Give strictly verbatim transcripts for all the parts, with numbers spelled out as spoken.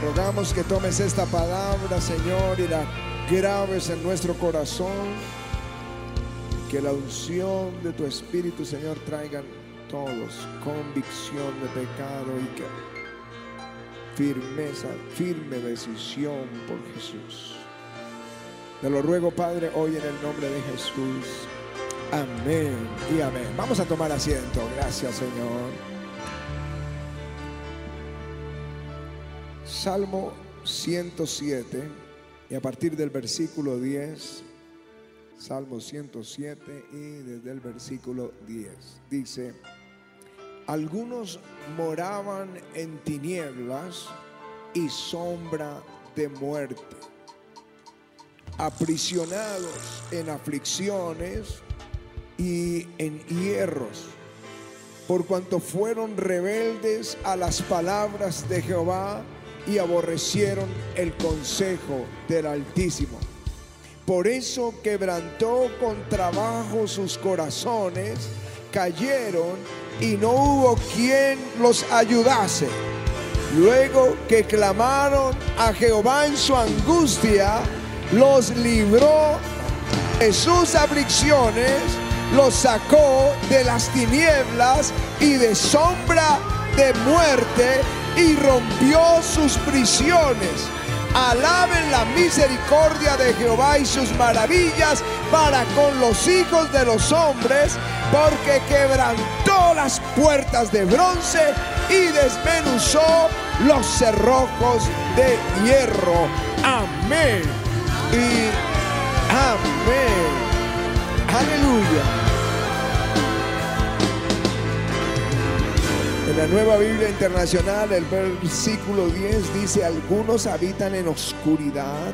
rogamos que tomes esta palabra, Señor, y la graves en nuestro corazón. Que la unción de tu Espíritu, Señor, traigan todos convicción de pecado y que firmeza, firme decisión por Jesús. Te lo ruego, Padre, hoy en el nombre de Jesús. Amén y amén. Vamos a tomar asiento. Gracias, Señor. Salmo ciento siete, y a partir del versículo diez, Salmo ciento siete y desde el versículo diez, dice: algunos moraban en tinieblas y sombra de muerte, aprisionados en aflicciones y en hierros, por cuanto fueron rebeldes a las palabras de Jehová y aborrecieron el consejo del Altísimo. Por eso quebrantó con trabajo sus corazones, cayeron y no hubo quien los ayudase. Luego que clamaron a Jehová en su angustia, los libró de sus aflicciones, los sacó de las tinieblas y de sombra de muerte y rompió sus prisiones. Alaben la misericordia de Jehová y sus maravillas para con los hijos de los hombres, porque quebrantó las puertas de bronce y desmenuzó los cerrojos de hierro. Amén y amén. Aleluya. En la Nueva Biblia Internacional, el versículo diez dice: algunos habitan en oscuridad,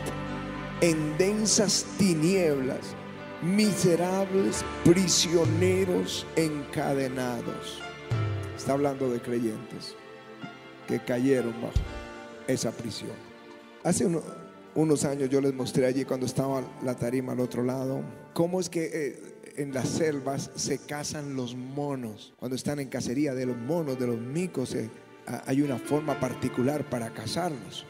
en densas tinieblas, miserables prisioneros encadenados. Está hablando de creyentes que cayeron bajo esa prisión. Hace uno, unos años yo les mostré allí, cuando estaba la tarima al otro lado, cómo es que eh, en las selvas se cazan los monos. Cuando están en cacería de los monos, de los micos, eh, hay una forma particular para cazarlos.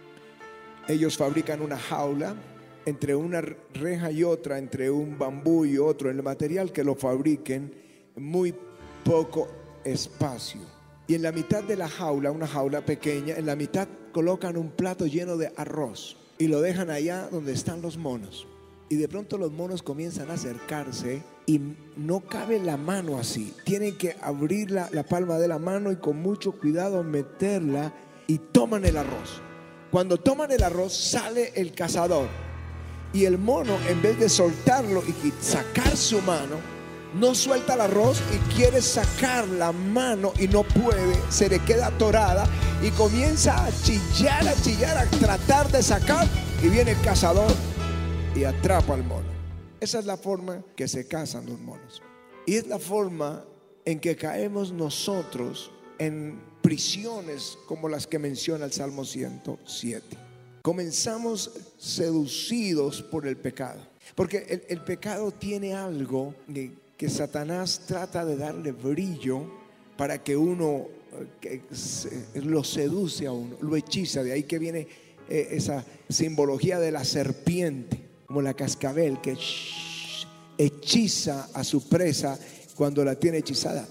Ellos fabrican una jaula entre una reja y otra, entre un bambú y otro, en el material que lo fabriquen, muy poco espacio. Y en la mitad de la jaula, una jaula pequeña, en la mitad colocan un plato lleno de arroz y lo dejan allá donde están los monos. Y de pronto los monos comienzan a acercarse y no cabe la mano así. Tienen que abrir la, la palma de la mano y con mucho cuidado meterla, y toman el arroz. Cuando toman el arroz, sale el cazador, y el mono, en vez de soltarlo y sacar su mano, no suelta el arroz y quiere sacar la mano y no puede, se le queda atorada y comienza a chillar, a chillar, a tratar de sacar, y viene el cazador y atrapa al mono. Esa es la forma que se cazan los monos, y es la forma en que caemos nosotros en prisiones como las que menciona el Salmo ciento siete. Comenzamos seducidos por el pecado, porque el, el pecado tiene algo que, que Satanás trata de darle brillo para que uno que se, lo seduce a uno, lo hechiza. De ahí que viene eh, esa simbología de la serpiente, como la cascabel que shh, hechiza a su presa. Cuando la tiene hechizada,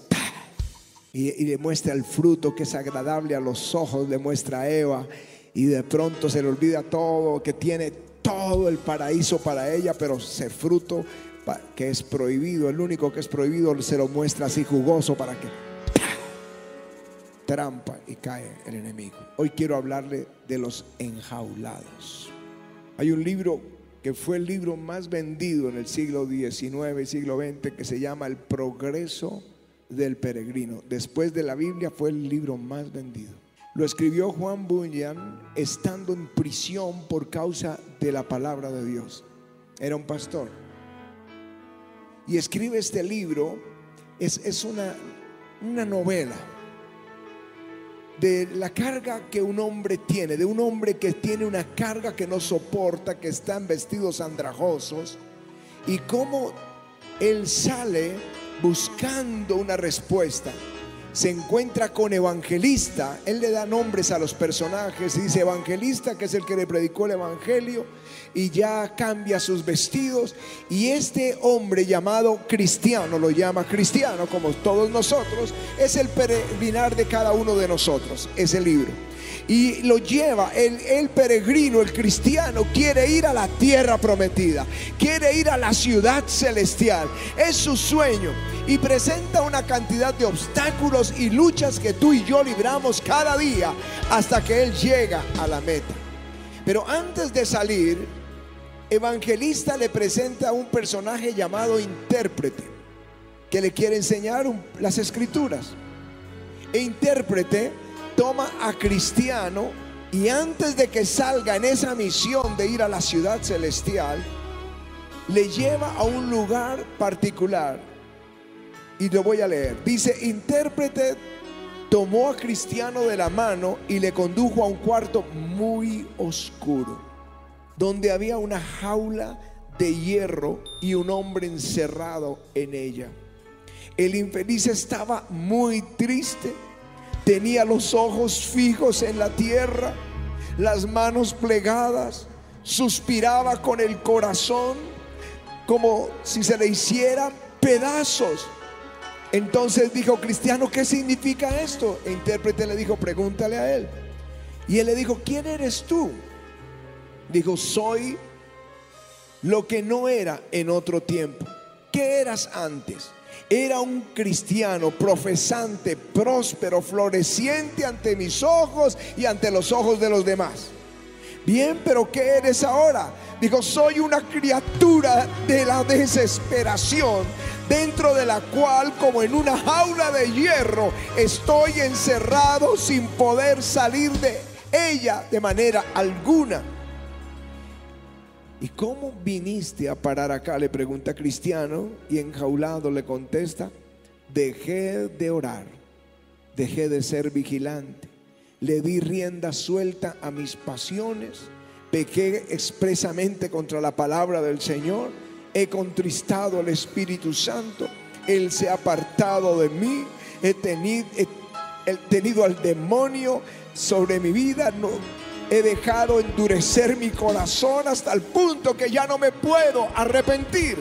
y, y le muestra el fruto que es agradable a los ojos, le muestra a Eva, y de pronto se le olvida todo, que tiene todo el paraíso para ella, pero ese fruto que es prohibido, el único que es prohibido, se lo muestra así jugoso para que trampa y cae el enemigo. Hoy quiero hablarle de los enjaulados. Hay un libro que fue el libro más vendido en el siglo diecinueve y siglo veinte, que se llama El Progreso del Peregrino. Después de la Biblia fue el libro más vendido. Lo escribió Juan Bunyan estando en prisión por causa de la palabra de Dios. Era un pastor y escribe este libro. Es, es una, una novela de la carga que un hombre tiene, de un hombre que tiene una carga que no soporta, que está en vestidos andrajosos, y cómo él sale buscando una respuesta, se encuentra con Evangelista. Él le da nombres a los personajes y dice Evangelista, que es el que le predicó el evangelio, y ya cambia sus vestidos. Y este hombre llamado Cristiano, lo llama Cristiano como todos nosotros, es el peregrinar de cada uno de nosotros, ese libro. Y lo lleva, el, el peregrino, el cristiano, quiere ir a la tierra prometida, quiere ir a la ciudad celestial, es su sueño. Y presenta una cantidad de obstáculos y luchas que tú y yo libramos cada día hasta que él llega a la meta. Pero antes de salir, Evangelista le presenta a un personaje llamado intérprete, que le quiere enseñar un, las escrituras. E intérprete toma a Cristiano, y antes de que salga en esa misión de ir a la ciudad celestial, le lleva a un lugar particular. Y lo voy a leer. Dice: intérprete tomó a Cristiano de la mano y le condujo a un cuarto muy oscuro, donde había una jaula de hierro y un hombre encerrado en ella. El infeliz estaba muy triste, tenía los ojos fijos en la tierra, las manos plegadas, suspiraba con el corazón como si se le hicieran pedazos. Entonces dijo Cristiano: ¿qué significa esto? El intérprete le dijo: pregúntale a él. Y él le dijo: ¿quién eres tú? Dijo: soy lo que no era en otro tiempo. ¿Qué eras antes? Era un cristiano profesante, próspero, floreciente ante mis ojos y ante los ojos de los demás. Bien, pero ¿qué eres ahora? Dijo: soy una criatura de la desesperación, dentro de la cual, como en una jaula de hierro, estoy encerrado sin poder salir de ella de manera alguna. ¿Y cómo viniste a parar acá?, le pregunta Cristiano, y enjaulado le contesta: dejé de orar, dejé de ser vigilante, le di rienda suelta a mis pasiones, pequé expresamente contra la palabra del Señor, he contristado al Espíritu Santo, Él se ha apartado de mí, he tenido, he, he tenido al demonio sobre mi vida, no, he dejado endurecer mi corazón hasta el punto que ya no me puedo arrepentir.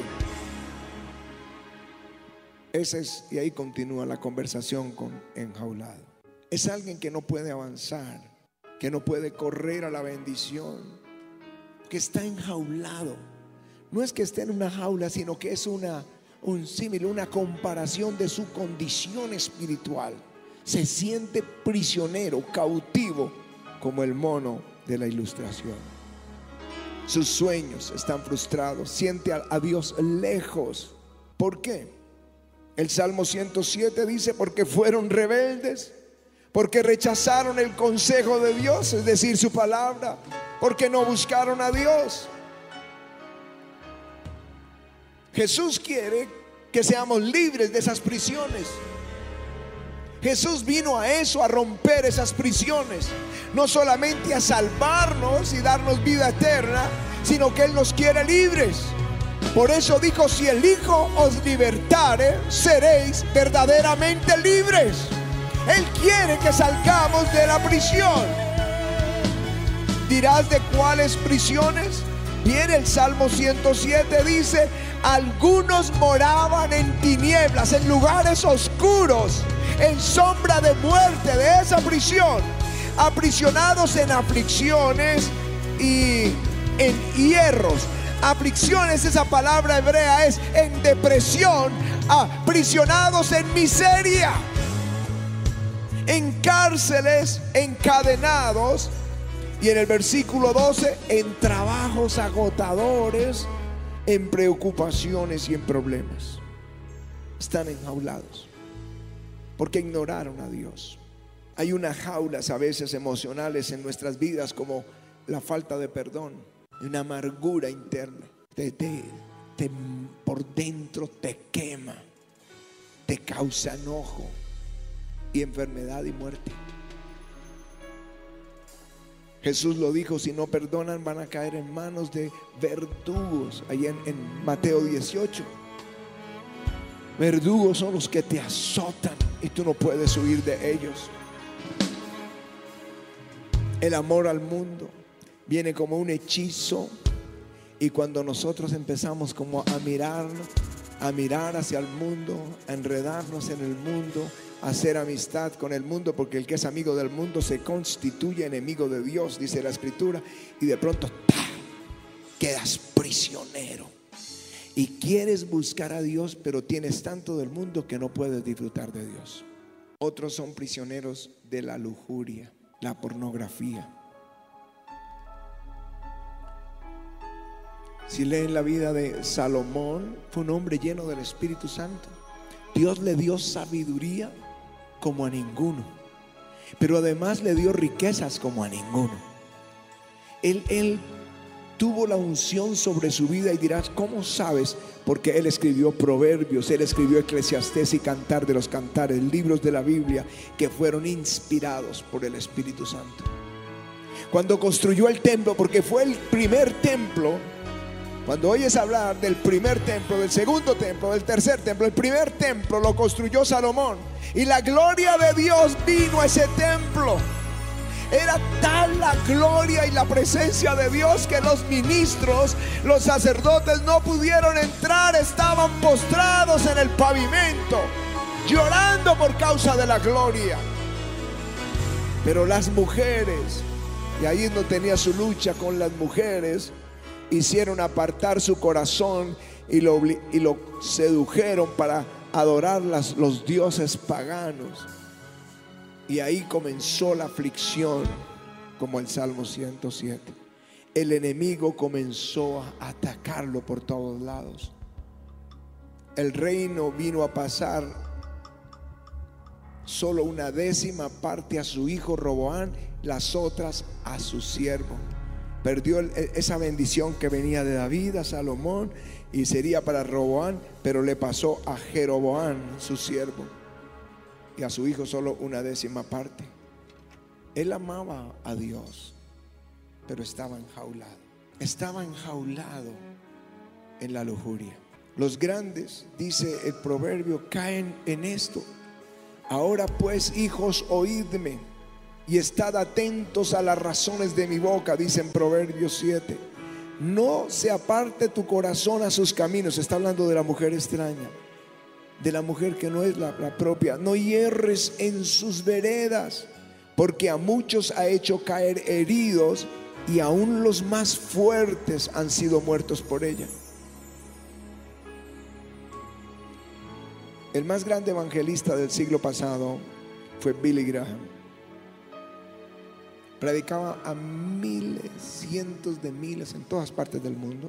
Ese es, y ahí continúa la conversación con enjaulado. Es alguien que no puede avanzar, que no puede correr a la bendición, que está enjaulado. No es que esté en una jaula, sino que es una, un símil, una comparación de su condición espiritual. Se siente prisionero, cautivo, como el mono de la ilustración. Sus sueños están frustrados, siente a, a Dios lejos. ¿Por qué? El Salmo ciento siete dice: porque fueron rebeldes, porque rechazaron el consejo de Dios, es decir, su palabra, porque no buscaron a Dios. Jesús quiere que seamos libres de esas prisiones. Jesús vino a eso, a romper esas prisiones, no solamente a salvarnos y darnos vida eterna, sino que Él nos quiere libres. Por eso dijo: si el Hijo os libertare, seréis verdaderamente libres. Él quiere que salgamos de la prisión. ¿Dirás de cuáles prisiones? Bien, el Salmo ciento siete dice: algunos moraban en tinieblas, en lugares oscuros, en sombra de muerte, de esa prisión, aprisionados en aflicciones y en hierros. Aflicciones, esa palabra hebrea es en depresión, aprisionados en miseria, en cárceles, encadenados. Y en el versículo doce, en trabajos agotadores, en preocupaciones y en problemas. Están enjaulados porque ignoraron a Dios. Hay unas jaulas a veces emocionales en nuestras vidas, como la falta de perdón, una amargura interna. Te, te, te, por dentro te quema, te causa enojo y enfermedad y muerte. Jesús lo dijo: si no perdonan, van a caer en manos de verdugos, allá en, en Mateo dieciocho. Verdugos son los que te azotan y tú no puedes huir de ellos. El amor al mundo viene como un hechizo, y cuando nosotros empezamos como a mirarnos, a mirar hacia el mundo, a enredarnos en el mundo, a hacer amistad con el mundo, porque el que es amigo del mundo se constituye enemigo de Dios, dice la Escritura, y de pronto ¡pah!, quedas prisionero y quieres buscar a Dios, pero tienes tanto del mundo que no puedes disfrutar de Dios. Otros son prisioneros de la lujuria, la pornografía. Si leen la vida de Salomón, fue un hombre lleno del Espíritu Santo. Dios le dio sabiduría como a ninguno, pero además le dio riquezas como a ninguno. Él, él tuvo la unción sobre su vida, y dirás, ¿cómo sabes? Porque él escribió Proverbios, él escribió Eclesiastés y Cantar de los Cantares, libros de la Biblia que fueron inspirados por el Espíritu Santo. Cuando construyó el templo, porque fue el primer templo. Cuando oyes hablar del primer templo, del segundo templo, del tercer templo, el primer templo lo construyó Salomón, y la gloria de Dios vino a ese templo. Era tal la gloria y la presencia de Dios que los ministros, los sacerdotes no pudieron entrar, estaban postrados en el pavimento, llorando por causa de la gloria. Pero las mujeres, y ahí no tenía su lucha con las mujeres, hicieron apartar su corazón y lo, y lo sedujeron para adorar las, los dioses paganos. Y ahí comenzó la aflicción, como el Salmo ciento siete. El enemigo comenzó a atacarlo por todos lados. El reino vino a pasar solo una décima parte a su hijo Roboam, las otras a su siervo. Perdió esa bendición que venía de David a Salomón y sería para Roboam, pero le pasó a Jeroboam, su siervo, y a su hijo solo una décima parte. Él amaba a Dios, pero estaba enjaulado. Estaba enjaulado en la lujuria. Los grandes, dice el proverbio, caen en esto. Ahora pues, hijos, oídme y estad atentos a las razones de mi boca, dice en Proverbios siete. No se aparte tu corazón a sus caminos. Está hablando de la mujer extraña, de la mujer que no es la, la propia. No hierres en sus veredas, porque a muchos ha hecho caer heridos, y aún los más fuertes han sido muertos por ella. El más grande evangelista del siglo pasado fue Billy Graham. Predicaba a miles, cientos de miles en todas partes del mundo.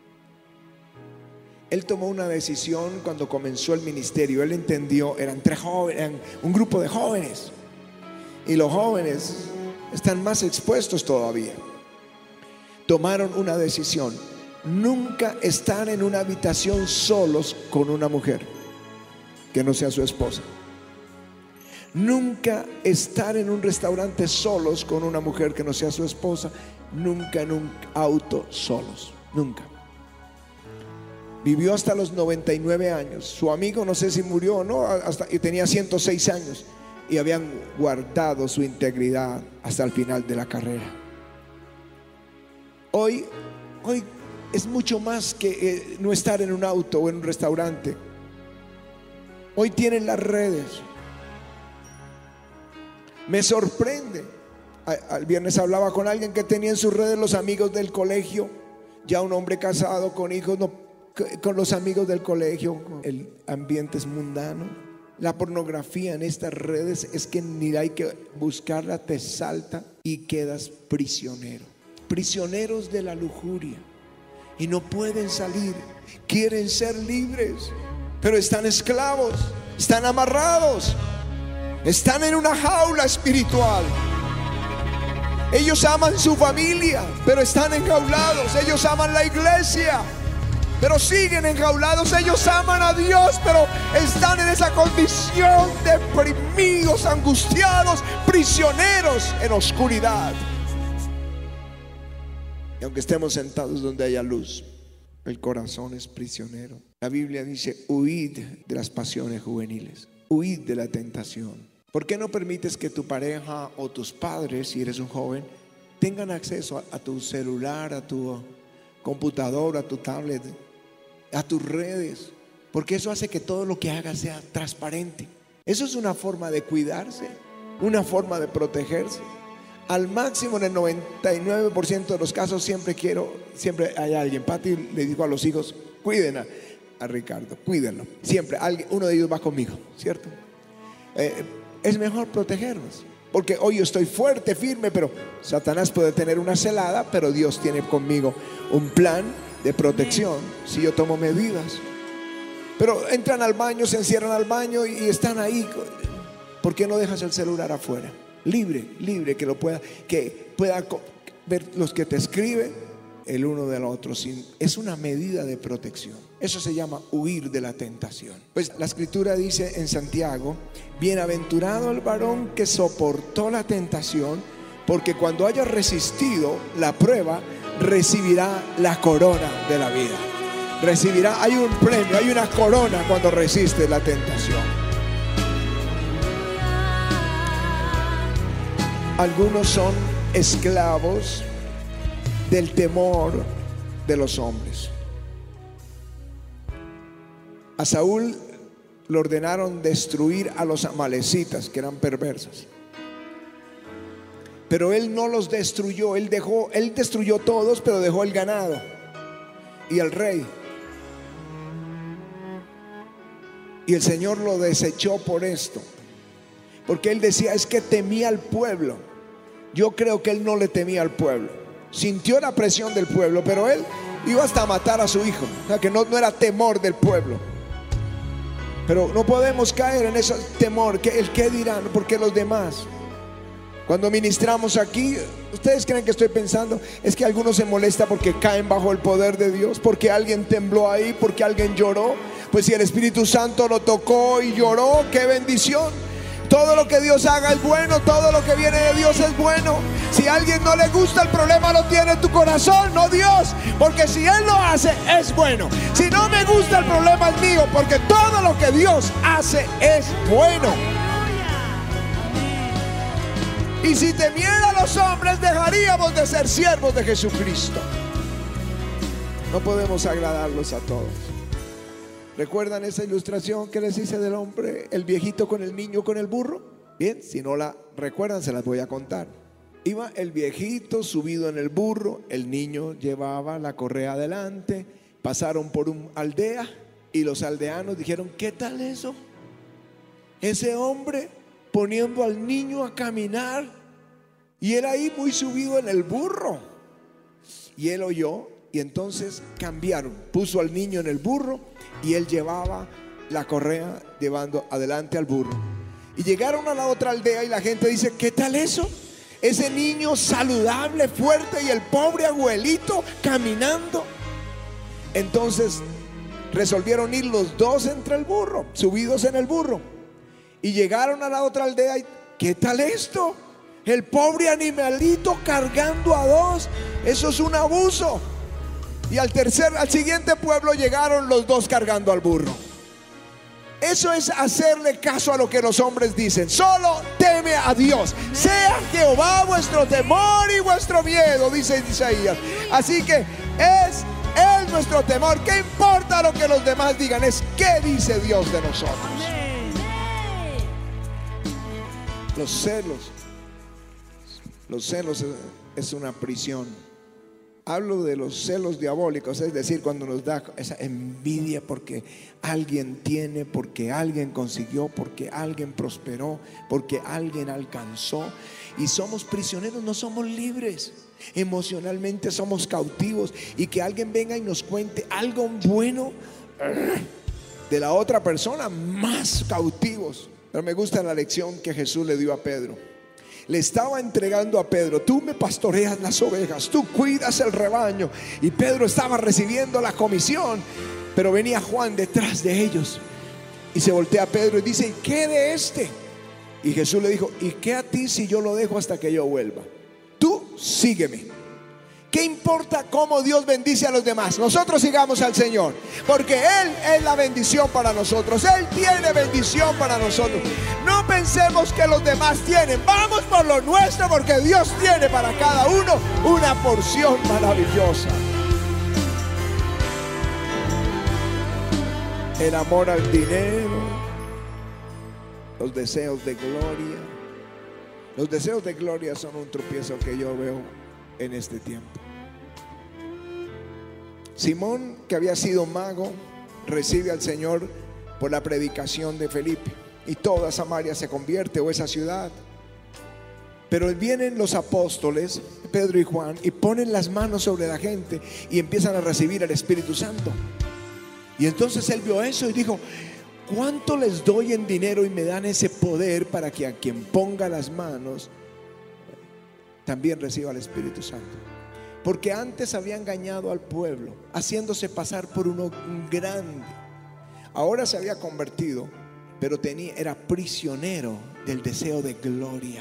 Él tomó una decisión cuando comenzó el ministerio. Él entendió, eran tres jóvenes, eran un grupo de jóvenes, y los jóvenes están más expuestos todavía. Tomaron una decisión: nunca estar en una habitación solos con una mujer que no sea su esposa. Nunca estar en un restaurante solos con una mujer que no sea su esposa. Nunca en un auto solos, nunca. Vivió hasta los noventa y nueve años. Su amigo, no sé si murió o no, hasta, y tenía ciento seis años, y habían guardado su integridad hasta el final de la carrera. Hoy, hoy es mucho más que eh, no estar en un auto o en un restaurante. Hoy tienen las redes. Me sorprende. El viernes hablaba con alguien que tenía en sus redes los amigos del colegio, ya un hombre casado con hijos, no, con los amigos del colegio. El ambiente es mundano. La pornografía en estas redes es que ni hay que buscarla, te salta y quedas prisionero. Prisioneros de la lujuria, y no pueden salir. Quieren ser libres, pero están esclavos, están amarrados. Están en una jaula espiritual. Ellos aman su familia, pero están enjaulados. Ellos aman la iglesia, pero siguen enjaulados. Ellos aman a Dios, pero están en esa condición, deprimidos, angustiados, prisioneros en oscuridad. Y aunque estemos sentados donde haya luz, el corazón es prisionero. La Biblia dice: huid de las pasiones juveniles, huid de la tentación. ¿Por qué no permites que tu pareja o tus padres, si eres un joven, tengan acceso a, a tu celular, a tu computador, a tu tablet, a tus redes? Porque eso hace que todo lo que hagas sea transparente. Eso es una forma de cuidarse, una forma de protegerse. Al máximo, en el noventa y nueve por ciento de los casos, siempre quiero, siempre hay alguien. Pati le dijo a los hijos: cuiden a, a Ricardo, cuídenlo. Siempre alguien, uno de ellos va conmigo, ¿cierto? Eh, es mejor protegernos, porque hoy yo estoy fuerte, firme, pero Satanás puede tener una celada, pero Dios tiene conmigo un plan de protección si yo tomo medidas. Pero entran al baño, se encierran al baño y, y están ahí. ¿Por qué no dejas el celular afuera? Libre, libre, que lo pueda, que pueda ver los que te escriben el uno del otro. Es una medida de protección. Eso se llama huir de la tentación. Pues la escritura dice en Santiago: bienaventurado el varón que soportó la tentación, porque cuando haya resistido la prueba, recibirá la corona de la vida. Recibirá, hay un premio, hay una corona cuando resistes la tentación. Algunos son esclavos del temor de los hombres. A Saúl le ordenaron destruir a los amalecitas, que eran perversos, pero él no los destruyó. Él dejó, él destruyó todos, pero dejó el ganado y el rey. Y el Señor lo desechó por esto, porque él decía: es que temía al pueblo. Yo creo que él no le temía al pueblo. Sintió la presión del pueblo, pero él iba hasta a matar a su hijo. O sea, que no, no era temor del pueblo. Pero no podemos caer en ese temor, que el qué dirán, porque los demás. Cuando ministramos aquí, ¿ustedes creen que estoy pensando? Es que algunos se molesta porque caen bajo el poder de Dios, porque alguien tembló ahí, porque alguien lloró. Pues si el Espíritu Santo lo tocó y lloró, ¡qué bendición! Todo lo que Dios haga es bueno, todo lo que viene de Dios es bueno. Si a alguien no le gusta, el problema lo tiene tu corazón, no Dios, porque si Él lo hace, es bueno. Si no me gusta, el problema es mío, porque todo lo que Dios hace es bueno. Y si temiera a los hombres, dejaríamos de ser siervos de Jesucristo. No podemos agradarlos a todos. ¿Recuerdan esa ilustración que les hice del hombre, el viejito con el niño con el burro? Bien, si no la recuerdan, se las voy a contar. Iba el viejito subido en el burro, el niño llevaba la correa adelante. Pasaron por una aldea y los aldeanos dijeron: ¿qué tal eso? Ese hombre poniendo al niño a caminar y él ahí muy subido en el burro. Y él oyó y entonces cambiaron, puso al niño en el burro y él llevaba la correa llevando adelante al burro. Y llegaron a la otra aldea y la gente dice: ¿qué tal eso? Ese niño saludable, fuerte, y el pobre abuelito caminando. Entonces resolvieron ir los dos entre el burro, subidos en el burro. Y llegaron a la otra aldea y ¿qué tal esto? El pobre animalito cargando a dos. Eso es un abuso. Y al tercer, al siguiente pueblo llegaron los dos cargando al burro. Eso es hacerle caso a lo que los hombres dicen. Solo teme a Dios. Sea Jehová vuestro temor y vuestro miedo, dice Isaías. Así que es Él nuestro temor. ¿Qué importa lo que los demás digan? Es ¿qué dice Dios de nosotros? Los celos. Los celos es una prisión. Hablo de los celos diabólicos, es decir, cuando nos da esa envidia porque alguien tiene, porque alguien consiguió, porque alguien prosperó, porque alguien alcanzó. Y somos prisioneros, no somos libres. Emocionalmente somos cautivos. Y que alguien venga y nos cuente algo bueno de la otra persona, más cautivos. Pero me gusta la lección que Jesús le dio a Pedro. Le estaba entregando a Pedro: tú me pastoreas las ovejas, tú cuidas el rebaño. Y Pedro estaba recibiendo la comisión, pero venía Juan detrás de ellos. Y se voltea a Pedro y dice: ¿y qué de este? Y Jesús le dijo: ¿y qué a ti si yo lo dejo hasta que yo vuelva? Tú sígueme. ¿Qué importa cómo Dios bendice a los demás? Nosotros sigamos al Señor, porque Él es la bendición para nosotros. Él tiene bendición para nosotros. No pensemos que los demás tienen. Vamos por lo nuestro, porque Dios tiene para cada uno una porción maravillosa. El amor al dinero, los deseos de gloria. Los deseos de gloria son un tropiezo que yo veo en este tiempo. Simón, que había sido mago, recibe al Señor por la predicación de Felipe, y toda Samaria se convierte, o esa ciudad. Pero vienen los apóstoles, Pedro y Juan, y ponen las manos sobre la gente y empiezan a recibir el Espíritu Santo. Y entonces él vio eso y dijo: ¿cuánto les doy en dinero y me dan ese poder para que a quien ponga las manos también reciba el Espíritu Santo? Porque antes había engañado al pueblo, haciéndose pasar por uno grande. Ahora se había convertido, pero tenía, era prisionero del deseo de gloria.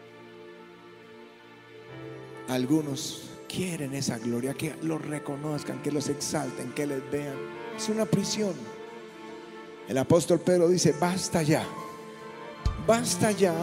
Algunos quieren esa gloria, que los reconozcan, que los exalten, que les vean. Es una prisión. El apóstol Pedro dice: basta ya, basta ya.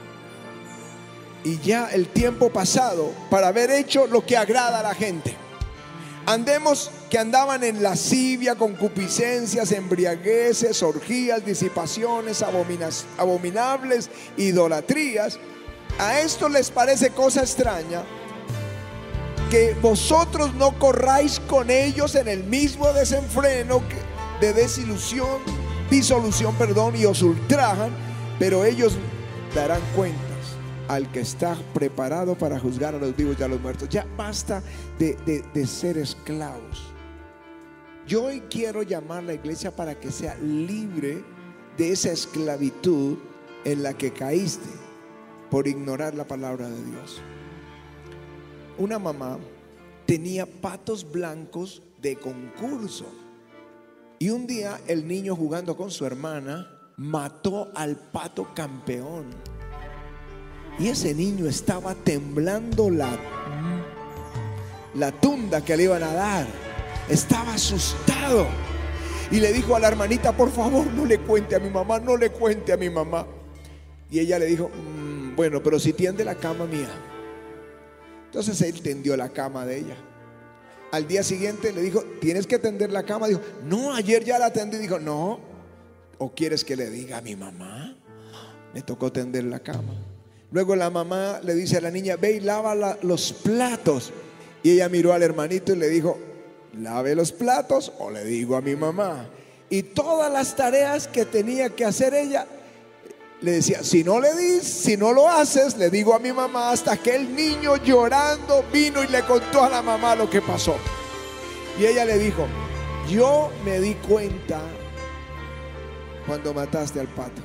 Y ya el tiempo pasado para haber hecho lo que agrada a la gente. Andemos que andaban en lascivia, concupiscencias, embriagueces, orgías, disipaciones, abominables, idolatrías. A esto les parece cosa extraña que vosotros no corráis con ellos en el mismo desenfreno de desilusión, disolución, perdón, y os ultrajan, pero ellos darán cuentas al que está preparado para juzgar a los vivos y a los muertos. Ya basta de, de, de ser esclavos. Yo hoy quiero llamar a la iglesia para que sea libre de esa esclavitud en la que caíste por ignorar la palabra de Dios. Una mamá tenía patos blancos de concurso, y un día el niño, jugando con su hermana, mató al pato campeón. Y ese niño estaba temblando la, la tunda que le iban a dar. Estaba asustado. Y le dijo a la hermanita: por favor, no le cuente a mi mamá, no le cuente a mi mamá. Y ella le dijo: mmm, bueno, pero si tiende la cama mía. Entonces él tendió la cama de ella. Al día siguiente le dijo: tienes que tender la cama. Dijo: no, ayer ya la tendí. Dijo: no, ¿o quieres que le diga a mi mamá? Me tocó tender la cama. Luego la mamá le dice a la niña: ve y lava la, los platos. Y ella miró al hermanito y le dijo: lave los platos o le digo a mi mamá. Y todas las tareas que tenía que hacer ella, le decía: si no le dis, si no lo haces, le digo a mi mamá. Hasta que el niño, llorando, vino y le contó a la mamá lo que pasó. Y ella le dijo: yo me di cuenta cuando mataste al pato,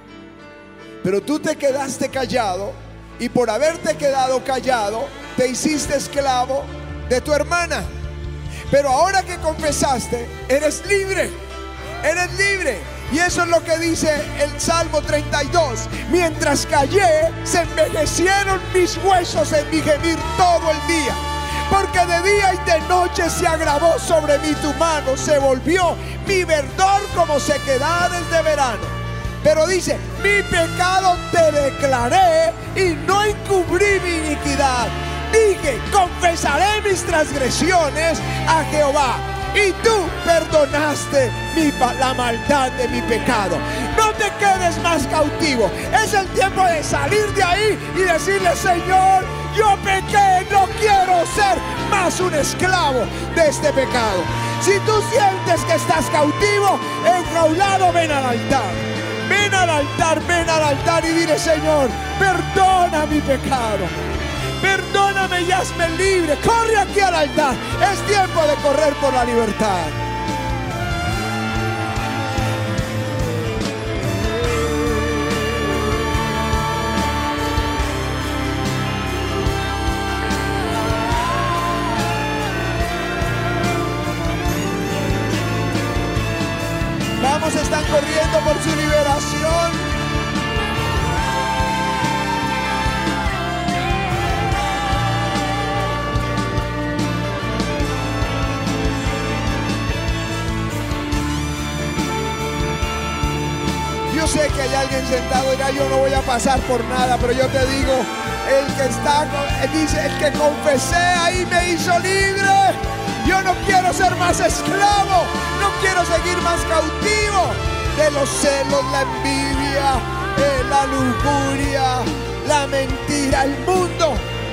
pero tú te quedaste callado, y por haberte quedado callado te hiciste esclavo de tu hermana. Pero ahora que confesaste, eres libre, eres libre. Y eso es lo que dice el Salmo treinta y dos: mientras callé, se envejecieron mis huesos en mi gemir todo el día, porque de día y de noche se agravó sobre mí tu mano, se volvió mi verdor como sequedades de verano. Pero dice: mi pecado te declaré y no encubrí mi iniquidad. Dije: confesaré mis transgresiones a Jehová, y tú perdonaste mi, la maldad de mi pecado. No te quedes más cautivo. Es el tiempo de salir de ahí y decirle: Señor, yo pequé, no quiero ser más un esclavo de este pecado. Si tú sientes que estás cautivo, enjaulado, ven al altar. Ven al altar, ven al altar y dile: Señor, perdona mi pecado, perdóname y hazme libre. Corre aquí al altar. Es tiempo de correr por la libertad. Vamos, están corriendo por su liberación. alguien sentado dirá, yo no voy a pasar por nada, pero yo te digo, el que está, dice, el que confesé ahí me hizo libre. Yo no quiero ser más esclavo, no quiero seguir más cautivo de los celos, la envidia, eh, la lujuria, la mentira, el mundo,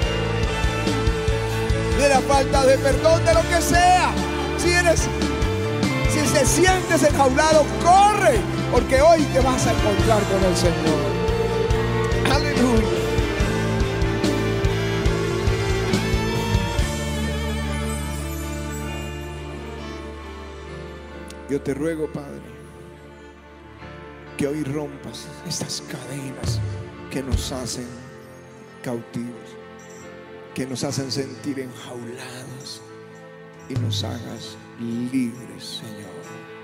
de la falta de perdón, de lo que sea. Si eres, si te sientes enjaulado, corre, porque hoy te vas a encontrar con el Señor. Aleluya. Yo te ruego, Padre, que hoy rompas estas cadenas que nos hacen cautivos, que nos hacen sentir enjaulados, y nos hagas libres, Señor.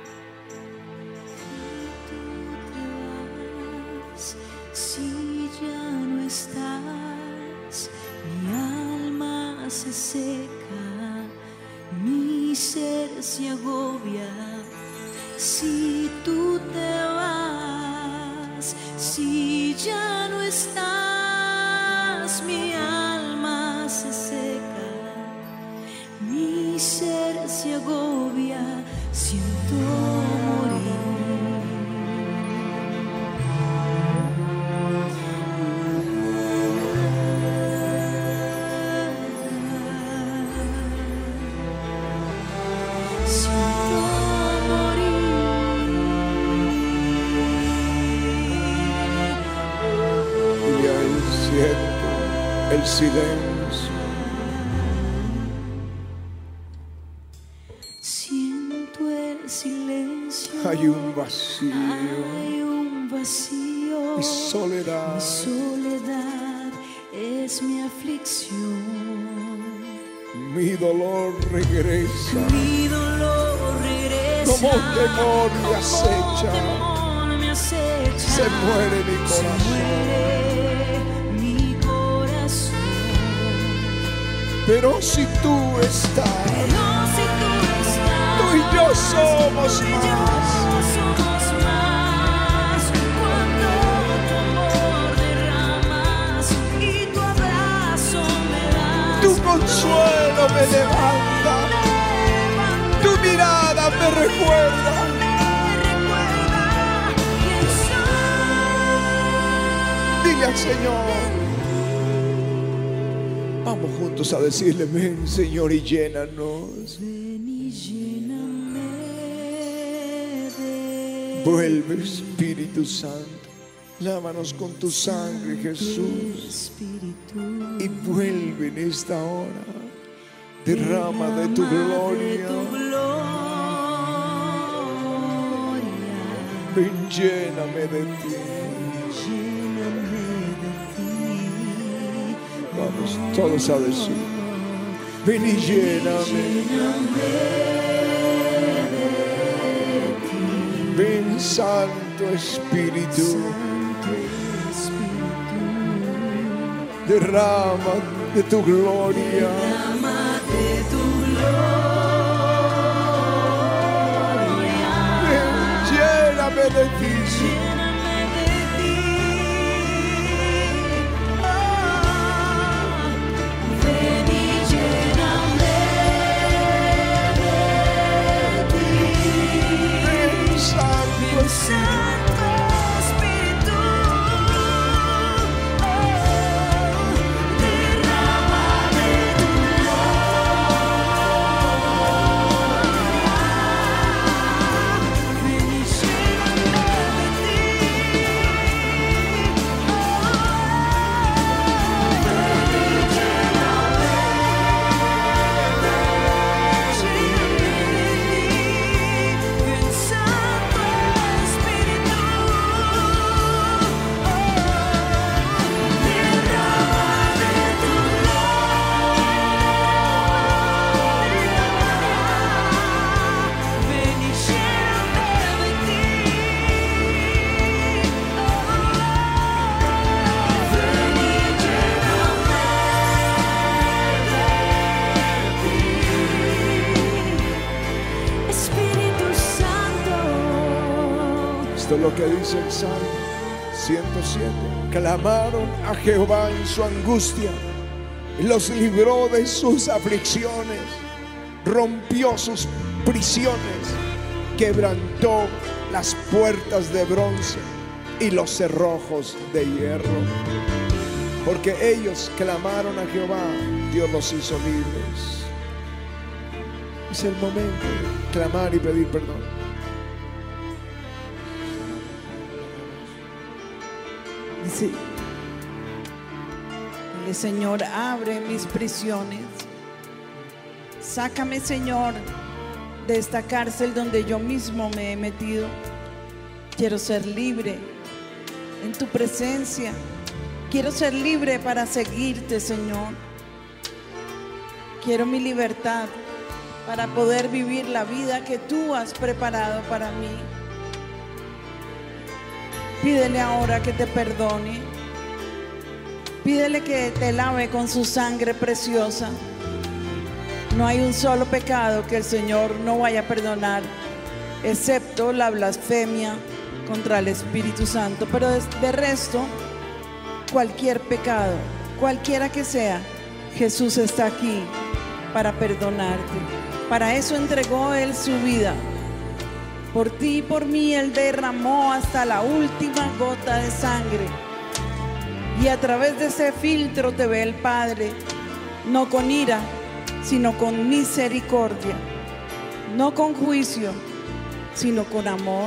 Si ya no estás, mi alma se seca, mi ser se agobia. Si tú te vas, si ya no estás, mi alma se seca, mi ser se agobia, siento morir. El silencio. Siento el silencio. Hay un vacío. Hay un vacío. Mi soledad. Mi soledad es mi aflicción. Mi dolor regresa. Mi dolor regresa. Como un temor me acecha. Temor me acecha. Se muere mi corazón. Se muere. Pero si tú estás, Pero si tú, estás tú y yo somos tú y yo más. somos más. Cuando tu amor derramas y tu abrazo me das, Tu consuelo me levanta, tu mirada me recuerda. me recuerda quién soy. Dile al Señor. Vamos juntos a decirle, ven, Señor, y llénanos. Ven y lléname de Vuelve, Espíritu Santo. Lávanos con tu sangre, Jesús. Espíritu. Y vuelve en esta hora. Derrama de tu gloria. Ven, lléname de ti. Vamos todos a decir, ven y lléname. Ven, Santo Espíritu. Derrama de tu gloria. Ven, lléname de ti. Santo Espíritu, oh, derrama de tu gloria. Ven y lléname de ti, oh, ven y lléname de ti. Ven, Santo Espíritu, oh, derrama de tu gloria. Ven y lléname de ti, oh, ven y lléname de ti, Espíritu Santo. Esto es lo que dice el Salmo. ciento siete. Clamaron a Jehová en su angustia y los libró de sus aflicciones. Rompió sus prisiones, quebrantó las puertas de bronce y los cerrojos de hierro. Porque ellos clamaron a Jehová, Dios los hizo libres. Es el momento de clamar y pedir perdón. Sí. Dile, Señor, abre mis prisiones. Sácame, Señor, de esta cárcel donde yo mismo me he metido. Quiero ser libre en tu presencia. Quiero ser libre para seguirte, Señor. Quiero mi libertad para poder vivir la vida que tú has preparado para mí. Pídele ahora que te perdone. Pídele que te lave con su sangre preciosa. No hay un solo pecado que el Señor no vaya a perdonar, excepto la blasfemia contra el Espíritu Santo. Pero de, de resto, cualquier pecado, cualquiera que sea, Jesús está aquí para perdonarte. Para eso entregó Él su vida. Por ti y por mí Él derramó hasta la última gota de sangre. Y a través de ese filtro te ve el Padre, no con ira, sino con misericordia. No con juicio, sino con amor.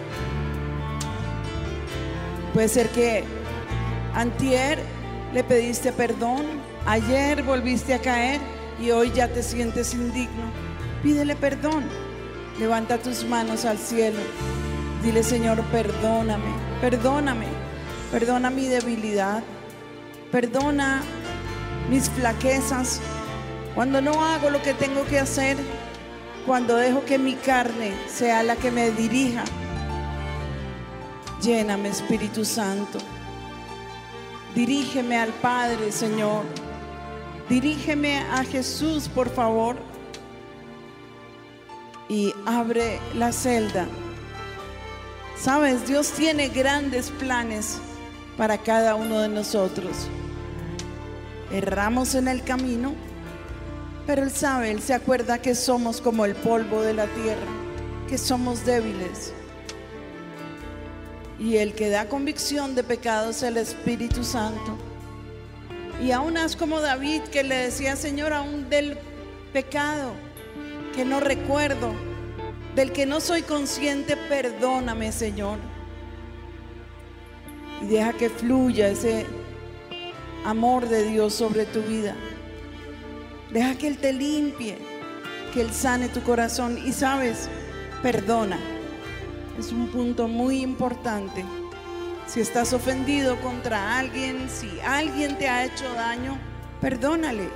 Puede ser que antier le pediste perdón, ayer volviste a caer y hoy ya te sientes indigno. Pídele perdón. Levanta tus manos al cielo. Dile, Señor, perdóname, perdóname, perdona mi debilidad, perdona mis flaquezas, cuando no hago lo que tengo que hacer, cuando dejo que mi carne sea la que me dirija. Lléname, Espíritu Santo. Dirígeme al Padre, Señor. Dirígeme a Jesús, por favor. Y abre la celda. Sabes, Dios tiene grandes planes para cada uno de nosotros. Erramos en el camino, pero Él sabe, Él se acuerda que somos como el polvo de la tierra, que somos débiles. Y el que da convicción de pecado es el Espíritu Santo. Y aún haz como David, que le decía, Señor, aún del pecado que no recuerdo, del que no soy consciente, perdóname, Señor. Y deja que fluya ese amor de Dios sobre tu vida. Deja que Él te limpie, que Él sane tu corazón. Y sabes, perdona. Es un punto muy importante. Si estás ofendido contra alguien, si alguien te ha hecho daño, perdónale.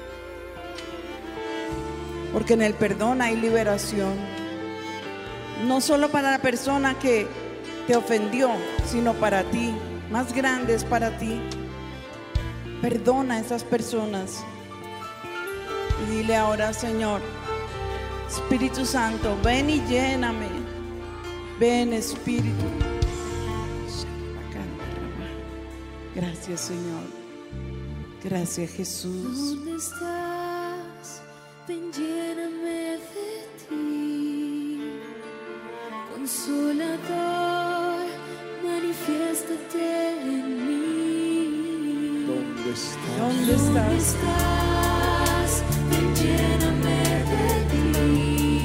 Porque en el perdón hay liberación. No solo para la persona que te ofendió, sino para ti. Más grande es para ti. Perdona a esas personas. Y dile ahora, Señor, Espíritu Santo, ven y lléname. Ven, Espíritu. Gracias, Señor. Gracias, Jesús. ¿Dónde estás? Ven, lléname de ti. Consolador, manifiéstate en mí. ¿Dónde estás? ¿Dónde ¿Dónde estás? estás? Ven, lléname de ti.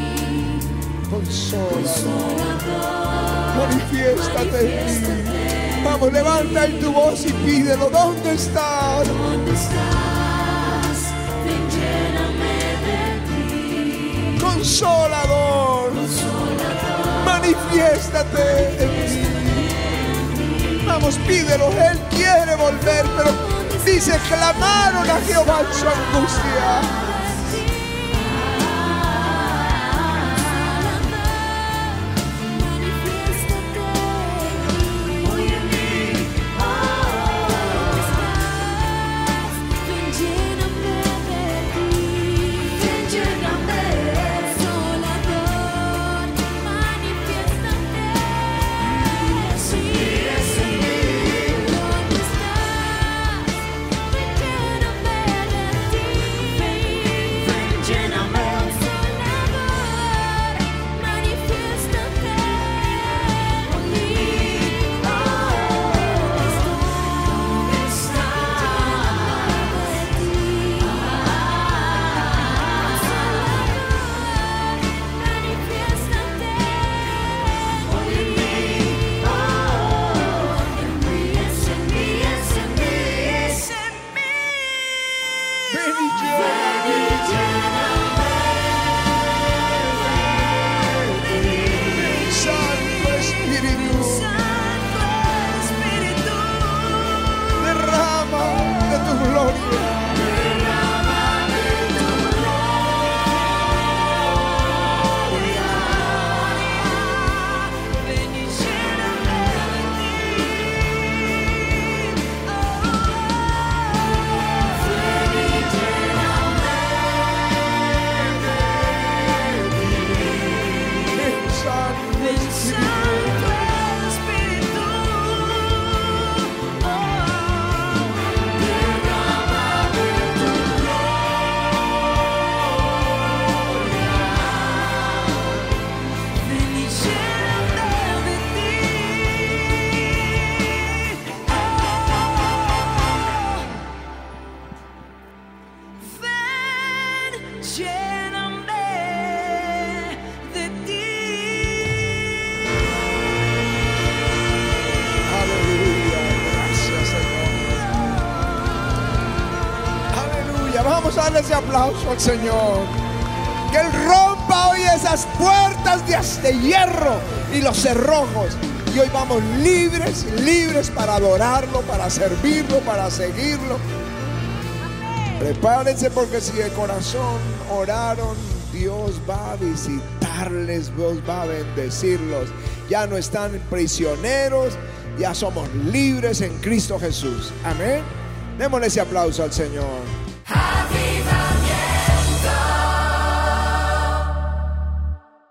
Consolador, manifiéstate en mí. Vamos, levanta en tu voz y pídelo. ¿Dónde estás? ¿Dónde estás? Ven, lléname de ti. Consolador, manifiéstate en mí. Vamos, pídelo. Él quiere volver, pero dice, clamaron a Jehová en su angustia. Manifiéstate, sí, sí. Vamos a darle ese aplauso al Señor. Que Él rompa hoy esas puertas de, de hierro y los cerrojos. Y hoy vamos libres, libres para adorarlo, para servirlo, para seguirlo. Prepárense, porque si de corazón oraron, Dios va a visitarles, Dios va a bendecirlos. Ya no están prisioneros, ya somos libres en Cristo Jesús. Amén. Démosle ese aplauso al Señor.